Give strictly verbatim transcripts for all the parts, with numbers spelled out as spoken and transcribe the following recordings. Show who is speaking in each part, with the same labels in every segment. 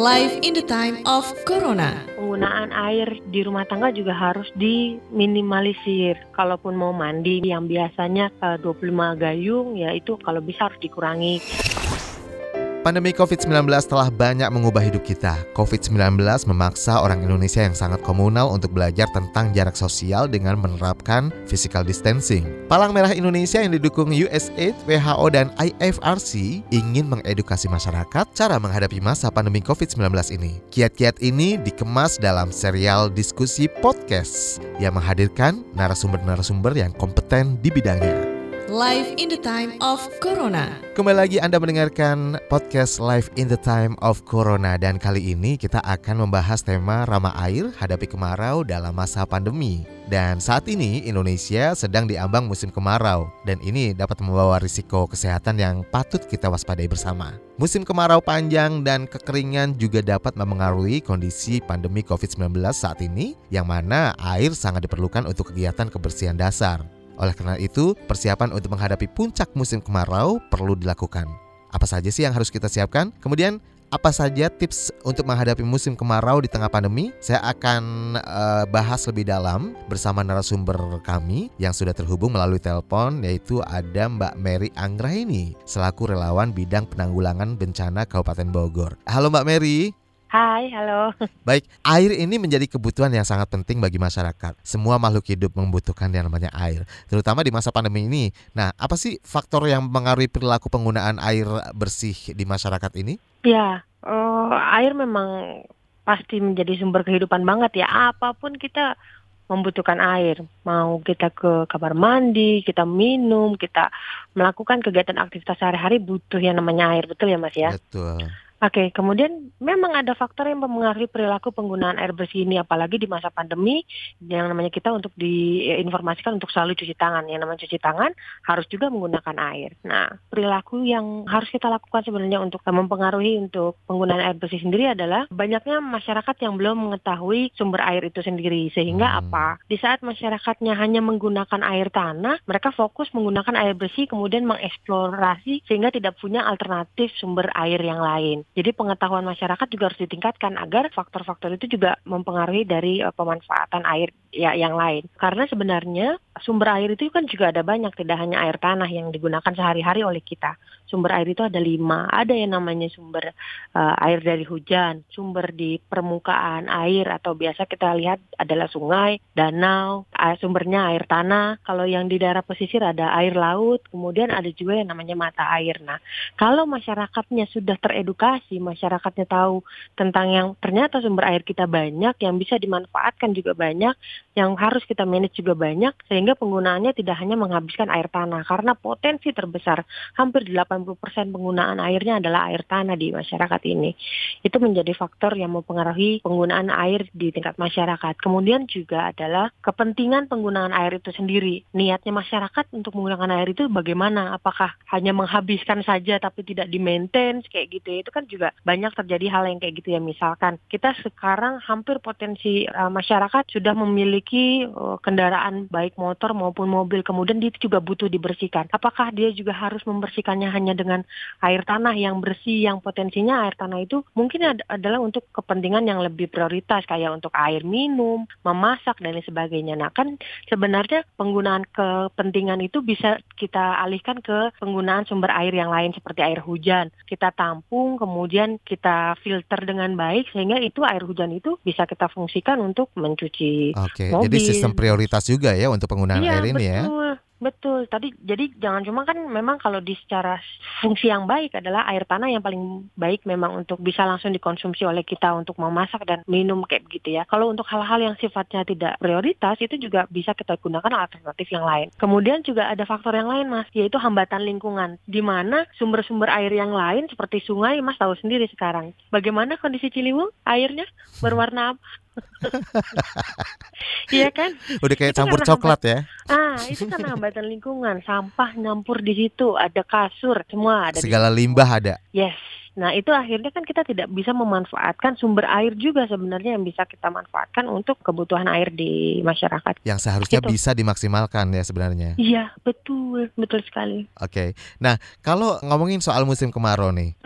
Speaker 1: Live in the time of Corona.
Speaker 2: Penggunaan air di rumah tangga juga harus diminimalisir. Kalaupun mau mandi yang biasanya dua puluh lima gayung, ya itu kalau bisa harus dikurangi.
Speaker 3: Pandemi covid sembilan belas telah banyak mengubah hidup kita. covid sembilan belas memaksa orang Indonesia yang sangat komunal untuk belajar tentang jarak sosial dengan menerapkan physical distancing. Palang Merah Indonesia yang didukung U S A I D, W H O, dan I F R C ingin mengedukasi masyarakat cara menghadapi masa pandemi covid sembilan belas ini. Kiat-kiat ini dikemas dalam serial diskusi podcast yang menghadirkan narasumber-narasumber yang kompeten di bidangnya.
Speaker 1: Live in the time of Corona.
Speaker 3: Kembali lagi Anda mendengarkan podcast Live in the time of Corona. Dan kali ini kita akan membahas tema ramah air hadapi kemarau dalam masa pandemi. Dan saat ini Indonesia sedang diambang musim kemarau. Dan ini dapat membawa risiko kesehatan yang patut kita waspadai bersama. Musim kemarau panjang dan kekeringan juga dapat mempengaruhi kondisi pandemi covid sembilan belas saat ini, yang mana air sangat diperlukan untuk kegiatan kebersihan dasar. Oleh karena itu, persiapan untuk menghadapi puncak musim kemarau perlu dilakukan. Apa saja sih yang harus kita siapkan? Kemudian, apa saja tips untuk menghadapi musim kemarau di tengah pandemi? Saya akan uh, bahas lebih dalam bersama narasumber kami yang sudah terhubung melalui telepon, yaitu ada Mbak Mary Anggraini, selaku relawan bidang penanggulangan bencana Kabupaten Bogor. Halo Mbak Mary.
Speaker 2: Hai, halo.
Speaker 3: Baik, air ini menjadi kebutuhan yang sangat penting bagi masyarakat. Semua makhluk hidup membutuhkan yang namanya air, terutama di masa pandemi ini. Nah, apa sih faktor yang mempengaruhi perilaku penggunaan air bersih di masyarakat ini?
Speaker 2: Ya, uh, air memang pasti menjadi sumber kehidupan banget ya. Apapun kita membutuhkan air. Mau kita ke kamar mandi, kita minum, kita melakukan kegiatan aktivitas sehari-hari butuh yang namanya air. Betul ya Mas ya?
Speaker 3: Betul.
Speaker 2: Oke, kemudian memang ada faktor yang mempengaruhi perilaku penggunaan air bersih ini, apalagi di masa pandemi yang namanya kita untuk diinformasikan untuk selalu cuci tangan. Yang namanya cuci tangan harus juga menggunakan air. Nah, perilaku yang harus kita lakukan sebenarnya untuk mempengaruhi untuk penggunaan air bersih sendiri adalah banyaknya masyarakat yang belum mengetahui sumber air itu sendiri. Sehingga hmm. apa? Di saat masyarakatnya hanya menggunakan air tanah, mereka fokus menggunakan air bersih kemudian mengeksplorasi sehingga tidak punya alternatif sumber air yang lain. Jadi pengetahuan masyarakat juga harus ditingkatkan agar faktor-faktor itu juga mempengaruhi dari uh, pemanfaatan air ya yang lain. Karena sebenarnya sumber air itu kan juga ada banyak, tidak hanya air tanah yang digunakan sehari-hari oleh kita. Sumber air itu ada lima. Ada yang namanya sumber uh, air dari hujan, sumber di permukaan air atau biasa kita lihat adalah sungai, danau, air, sumbernya air tanah. Kalau yang di daerah pesisir ada air laut, kemudian ada juga yang namanya mata air. Nah, kalau masyarakatnya sudah teredukasi, masyarakatnya tahu tentang yang ternyata sumber air kita banyak, yang bisa dimanfaatkan juga banyak, yang harus kita manage juga banyak, sehingga penggunaannya tidak hanya menghabiskan air tanah. Karena potensi terbesar, hampir delapan puluh persen penggunaan airnya adalah air tanah di masyarakat ini. Itu menjadi faktor yang mempengaruhi penggunaan air di tingkat masyarakat. Kemudian juga adalah kepentingan penggunaan air itu sendiri. Niatnya masyarakat untuk menggunakan air itu bagaimana? Apakah hanya menghabiskan saja tapi tidak di-maintain kayak gitu ya? Itu kan juga banyak terjadi hal yang kayak gitu ya. Misalkan kita sekarang hampir potensi uh, masyarakat sudah memiliki uh, kendaraan baik motor maupun mobil, kemudian dia juga butuh dibersihkan. Apakah dia juga harus membersihkannya hanya dengan air tanah yang bersih, yang potensinya air tanah itu mungkin ad- adalah untuk kepentingan yang lebih prioritas kayak untuk air minum, memasak dan lain sebagainya. Nah kan sebenarnya penggunaan kepentingan itu bisa kita alihkan ke penggunaan sumber air yang lain seperti air hujan. Kita tampung, kemudian kita filter dengan baik sehingga itu air hujan itu bisa kita fungsikan untuk mencuci
Speaker 3: Oke,
Speaker 2: mobil.
Speaker 3: Jadi sistem prioritas juga ya untuk penggunaan
Speaker 2: iya,
Speaker 3: air ini ya.
Speaker 2: Betul. Betul, tadi jadi jangan cuma kan memang kalau di secara fungsi yang baik adalah air tanah yang paling baik memang untuk bisa langsung dikonsumsi oleh kita untuk memasak dan minum kayak begitu ya. Kalau untuk hal-hal yang sifatnya tidak prioritas itu juga bisa kita gunakan alternatif yang lain. Kemudian juga ada faktor yang lain Mas, yaitu hambatan lingkungan. Di mana sumber-sumber air yang lain seperti sungai, Mas tahu sendiri sekarang. Bagaimana kondisi Ciliwung? Airnya berwarna apa? Iya kan?
Speaker 3: Udah kayak
Speaker 2: Itu
Speaker 3: campur
Speaker 2: karena
Speaker 3: coklat
Speaker 2: hambat-
Speaker 3: ya.
Speaker 2: Ah, itu karena hambatan lingkungan, sampah nyampur di situ, ada kasur, semua ada di
Speaker 3: Segala
Speaker 2: situ.
Speaker 3: limbah ada.
Speaker 2: Yes. Nah, itu akhirnya kan kita tidak bisa memanfaatkan sumber air juga sebenarnya yang bisa kita manfaatkan untuk kebutuhan air di masyarakat.
Speaker 3: Yang seharusnya
Speaker 2: Gitu.
Speaker 3: bisa dimaksimalkan ya sebenarnya.
Speaker 2: Iya, betul, betul sekali.
Speaker 3: Oke. Nah, kalau ngomongin soal musim kemarau nih.
Speaker 2: Mm-mm.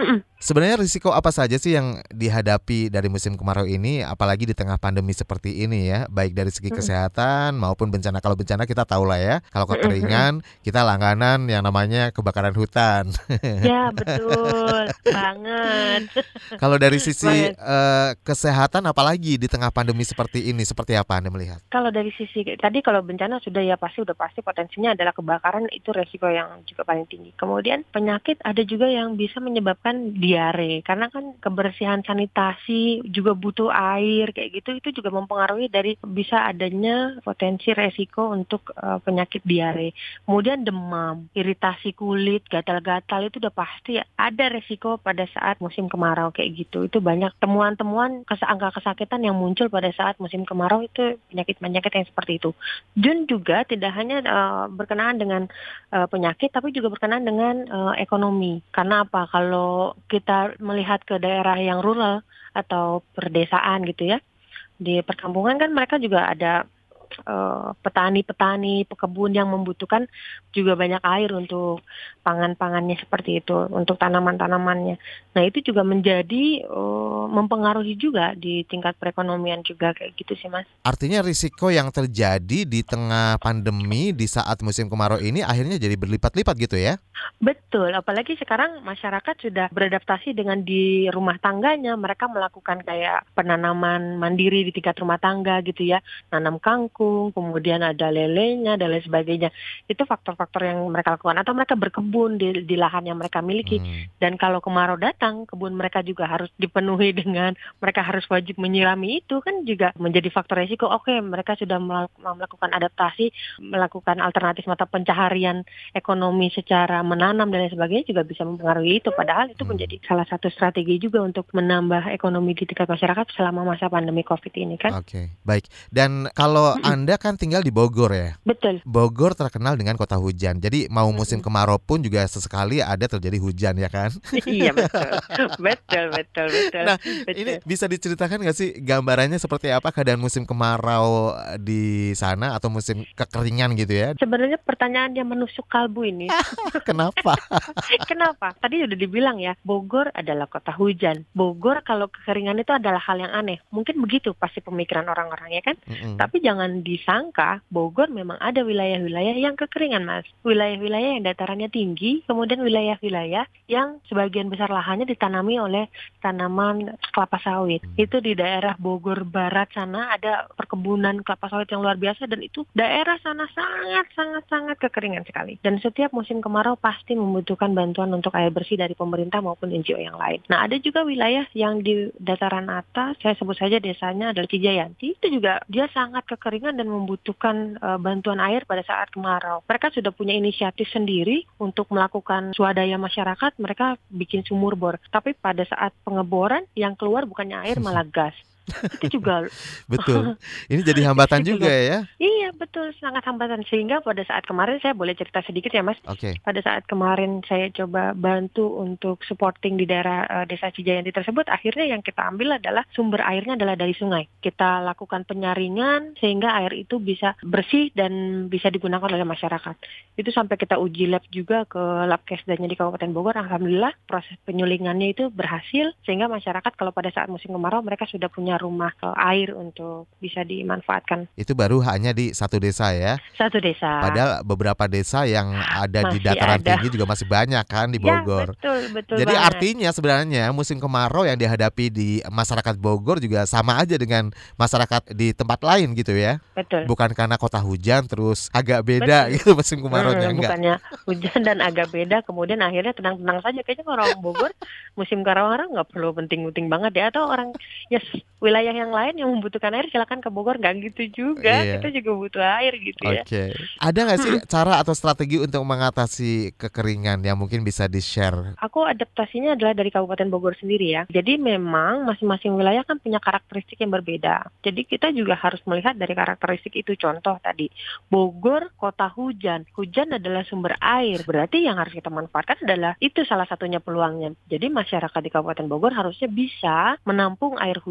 Speaker 3: Sebenarnya risiko apa saja sih yang dihadapi dari musim kemarau ini, apalagi di tengah pandemi seperti ini ya, baik dari segi
Speaker 2: Mhm.
Speaker 3: kesehatan maupun bencana. Kalau bencana kita tahu lah ya, kalau
Speaker 2: Mhm mhm.
Speaker 3: kekeringan kita langganan yang namanya kebakaran hutan.
Speaker 2: Ya betul, banget.
Speaker 3: Kalau dari sisi,
Speaker 2: Banget.
Speaker 3: eee, kesehatan apalagi di tengah pandemi seperti ini, seperti apa Anda melihat?
Speaker 2: Kalau dari sisi tadi kalau bencana sudah ya pasti udah pasti potensinya adalah kebakaran itu resiko yang juga paling tinggi. Kemudian penyakit ada juga yang bisa menyebabkan diare karena kan kebersihan sanitasi juga butuh air kayak gitu itu juga mempengaruhi dari bisa adanya potensi resiko untuk uh, penyakit diare. Kemudian demam, iritasi kulit, gatal-gatal itu udah pasti ada resiko pada saat musim kemarau kayak gitu. Itu banyak temuan-temuan kes- angka kesakitan yang muncul pada saat musim kemarau itu penyakit-penyakit yang seperti itu. Dan juga tidak hanya uh, berkenaan dengan uh, penyakit, tapi juga berkenaan dengan uh, ekonomi. Karena apa? Kalau kita melihat ke daerah yang rural atau perdesaan gitu ya, di perkampungan kan mereka juga ada eh, petani-petani, pekebun yang membutuhkan juga banyak air untuk pangan-pangannya seperti itu, untuk tanaman-tanamannya. Nah itu juga menjadi eh, mempengaruhi juga di tingkat perekonomian juga kayak gitu sih Mas.
Speaker 3: Artinya risiko yang terjadi di tengah pandemi di saat musim kemarau ini akhirnya jadi berlipat-lipat gitu ya?
Speaker 2: Betul, apalagi sekarang masyarakat sudah beradaptasi dengan di rumah tangganya, mereka melakukan kayak penanaman mandiri di tingkat rumah tangga gitu ya, nanam kangkung, kemudian ada lelenya dan lain sebagainya. Itu faktor-faktor yang mereka lakukan atau mereka berkebun di, di lahan yang mereka miliki.
Speaker 3: Hmm.
Speaker 2: Dan kalau kemarau datang, kebun mereka juga harus dipenuhi dengan mereka harus wajib menyirami itu kan juga menjadi faktor resiko. Oke, mereka sudah melak- melakukan adaptasi, melakukan alternatif mata pencaharian ekonomi secara menanam dan lain sebagainya juga bisa mempengaruhi itu. Padahal itu
Speaker 3: Hmm.
Speaker 2: menjadi salah satu strategi juga untuk menambah ekonomi di tingkat masyarakat selama masa pandemi COVID ini kan.
Speaker 3: Oke, baik. Dan kalau
Speaker 2: Mm-mm.
Speaker 3: Anda kan tinggal di Bogor ya?
Speaker 2: Betul.
Speaker 3: Bogor terkenal dengan kota hujan. Jadi mau musim
Speaker 2: Mm-mm.
Speaker 3: kemarau pun juga sesekali ada terjadi hujan ya kan?
Speaker 2: Iya betul, betul, betul, betul,
Speaker 3: Nah,
Speaker 2: betul.
Speaker 3: ini bisa diceritakan nggak sih gambarannya seperti apa keadaan musim kemarau di sana atau musim kekeringan gitu ya?
Speaker 2: Sebenarnya pertanyaan yang menusuk kalbu ini.
Speaker 3: Kenapa?
Speaker 2: Kenapa? Tadi udah dibilang ya, Bogor adalah kota hujan. Bogor kalau kekeringan itu adalah hal yang aneh. Mungkin begitu pasti pemikiran orang-orang ya kan?
Speaker 3: Mm-mm.
Speaker 2: Tapi jangan disangka Bogor memang ada wilayah-wilayah yang kekeringan, Mas. Wilayah-wilayah yang datarannya tinggi, kemudian wilayah-wilayah yang sebagian besar lahannya ditanami oleh tanaman kelapa sawit.
Speaker 3: Hmm.
Speaker 2: Itu di daerah Bogor Barat sana ada perkebunan kelapa sawit yang luar biasa dan itu daerah sana sangat-sangat-sangat kekeringan sekali. Dan setiap musim kemarau pasti membutuhkan bantuan untuk air bersih dari pemerintah maupun N G O yang lain. Nah, ada juga wilayah yang di dataran atas, saya sebut saja desanya adalah Cijayanti, itu juga dia sangat kekeringan dan membutuhkan uh, bantuan air pada saat kemarau. Mereka sudah punya inisiatif sendiri untuk melakukan swadaya masyarakat, mereka bikin sumur bor. Tapi pada saat pengeboran yang keluar bukannya air malah gas. Itu juga
Speaker 3: Betul. Ini jadi hambatan
Speaker 2: itu
Speaker 3: juga
Speaker 2: juga
Speaker 3: ya?
Speaker 2: iya betul sangat hambatan sehingga pada saat kemarin saya boleh cerita sedikit ya Mas.
Speaker 3: Oke.
Speaker 2: Pada saat kemarin saya coba bantu untuk supporting di daerah uh, Desa Cijayanti tersebut, akhirnya yang kita ambil adalah sumber airnya adalah dari sungai. Kita lakukan penyaringan sehingga air itu bisa bersih dan bisa digunakan oleh masyarakat. Itu sampai kita uji lab juga ke lab Kesdanya di Kabupaten Bogor. Alhamdulillah proses penyulingannya itu berhasil sehingga masyarakat kalau pada saat musim kemarau mereka sudah punya rumah uh, air untuk bisa dimanfaatkan.
Speaker 3: Itu baru hanya di satu desa ya?
Speaker 2: Satu desa.
Speaker 3: Padahal beberapa desa yang ada di
Speaker 2: Masih
Speaker 3: dataran
Speaker 2: ada.
Speaker 3: tinggi juga masih banyak kan di
Speaker 2: Ya
Speaker 3: Bogor.
Speaker 2: betul betul
Speaker 3: Jadi
Speaker 2: banget.
Speaker 3: artinya sebenarnya musim kemarau yang dihadapi di masyarakat Bogor juga sama aja dengan masyarakat di tempat lain gitu ya.
Speaker 2: Betul.
Speaker 3: Bukan karena kota hujan terus agak beda
Speaker 2: Betul.
Speaker 3: gitu musim kemaraunya,
Speaker 2: Hmm,
Speaker 3: enggak.
Speaker 2: bukannya hujan dan agak beda, kemudian akhirnya tenang-tenang saja. Kayaknya orang Bogor musim kemarau nggak perlu penting-penting banget ya. Atau orang ya s- wilayah yang lain yang membutuhkan air silakan ke Bogor, nggak gitu juga.
Speaker 3: Iya.
Speaker 2: Kita juga butuh air gitu ya.
Speaker 3: Oke. Ada nggak sih cara atau strategi untuk mengatasi kekeringan yang mungkin bisa di-share?
Speaker 2: Aku adaptasinya adalah dari Kabupaten Bogor sendiri ya. Jadi memang masing-masing wilayah kan punya karakteristik yang berbeda. Jadi kita juga harus melihat dari karakteristik itu. Contoh tadi, Bogor kota hujan. Hujan adalah sumber air. Berarti yang harus kita manfaatkan adalah itu salah satunya peluangnya. Jadi masyarakat di Kabupaten Bogor harusnya bisa menampung air hujan kemudian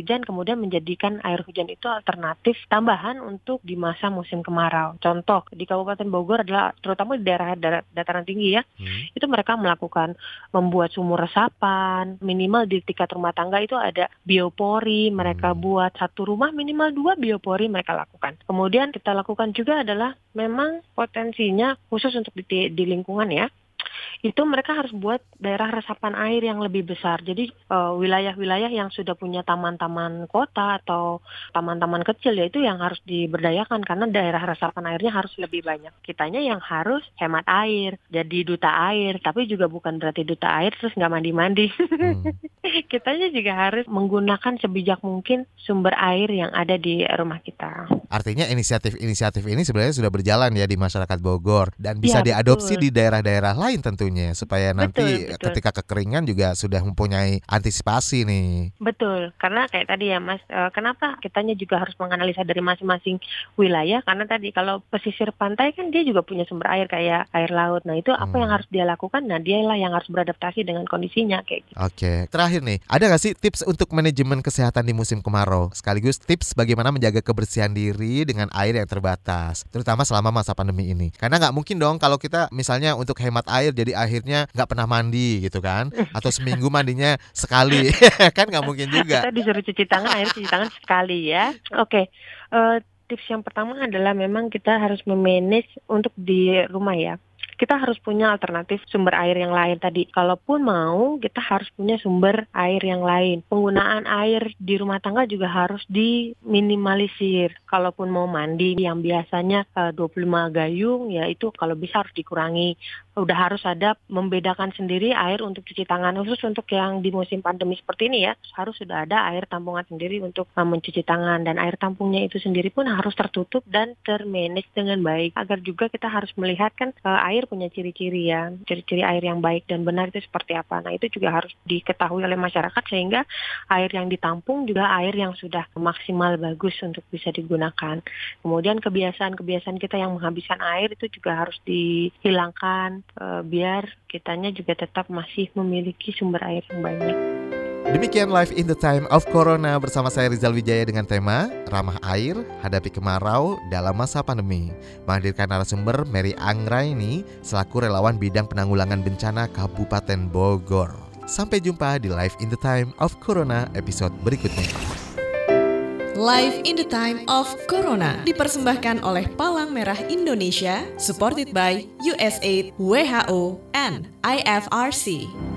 Speaker 2: kemudian menjadikan air hujan itu alternatif tambahan untuk di masa musim kemarau. Contoh di Kabupaten Bogor adalah terutama di daerah dataran tinggi ya, hmm. itu mereka melakukan membuat sumur resapan, minimal di tingkat rumah tangga itu ada biopori, mereka hmm. buat satu rumah minimal dua biopori mereka lakukan. Kemudian kita lakukan juga adalah memang potensinya khusus untuk di, di lingkungan ya, itu mereka harus buat daerah resapan air yang lebih besar. Jadi uh, wilayah-wilayah yang sudah punya taman-taman kota atau taman-taman kecil ya itu yang harus diberdayakan karena daerah resapan airnya harus lebih banyak. Kitanya yang harus hemat air, jadi duta air, tapi juga bukan berarti duta air terus nggak mandi-mandi. Hmm. Kitanya juga harus menggunakan sebijak mungkin sumber air yang ada di rumah kita.
Speaker 3: Artinya inisiatif-inisiatif ini sebenarnya sudah berjalan ya di masyarakat Bogor dan bisa
Speaker 2: ya,
Speaker 3: diadopsi
Speaker 2: betul.
Speaker 3: di daerah-daerah lain tentunya supaya nanti betul, betul. ketika kekeringan juga sudah mempunyai antisipasi nih.
Speaker 2: Betul, karena kayak tadi ya Mas, uh, kenapa kitanya juga harus menganalisa dari masing-masing wilayah, karena tadi kalau pesisir pantai kan dia juga punya sumber air kayak air laut. Nah itu apa hmm. yang harus dia lakukan? Nah dialah yang harus beradaptasi dengan kondisinya kayak gitu.
Speaker 3: Oke, terakhir nih, ada nggak sih tips untuk manajemen kesehatan di musim kemarau? Sekaligus tips bagaimana menjaga kebersihan diri dengan air yang terbatas, terutama selama masa pandemi ini. Karena nggak mungkin dong kalau kita misalnya untuk hemat air jadi akhirnya nggak pernah mandi gitu kan, atau seminggu mandinya sekali, kan nggak mungkin juga.
Speaker 2: Kita disuruh cuci tangan, air cuci tangan sekali ya. Oke, uh, tips yang pertama adalah memang kita harus memanage untuk di rumah ya. Kita harus punya alternatif sumber air yang lain tadi. Kalaupun mau, kita harus punya sumber air yang lain. Penggunaan air di rumah tangga juga harus diminimalisir. Kalaupun mau mandi yang biasanya uh, dua puluh lima gayung, ya itu kalau bisa harus dikurangi. Udah harus ada membedakan sendiri air untuk cuci tangan. Khusus untuk yang di musim pandemi seperti ini ya, harus sudah ada air tampungan sendiri untuk uh, mencuci tangan. Dan air tampungnya itu sendiri pun harus tertutup dan termanage dengan baik. Agar juga kita harus melihat kan uh, air punya ciri-ciri ya, ciri-ciri air yang baik dan benar itu seperti apa. Nah itu juga harus diketahui oleh masyarakat sehingga air yang ditampung juga air yang sudah maksimal bagus untuk bisa digunakan. Kemudian kebiasaan-kebiasaan kita yang menghabiskan air itu juga harus dihilangkan e, biar kitanya juga tetap masih memiliki sumber air yang banyak.
Speaker 3: Demikian Live in the Time of Corona bersama saya Rizal Wijaya dengan tema Ramah Air, Hadapi Kemarau dalam Masa Pandemi. Menghadirkan narasumber Mary Anggraini selaku relawan bidang penanggulangan bencana Kabupaten Bogor. Sampai jumpa di Live in the Time of Corona episode berikutnya.
Speaker 1: Live in the Time of Corona dipersembahkan oleh Palang Merah Indonesia, supported by U S A I D, W H O, and I F R C.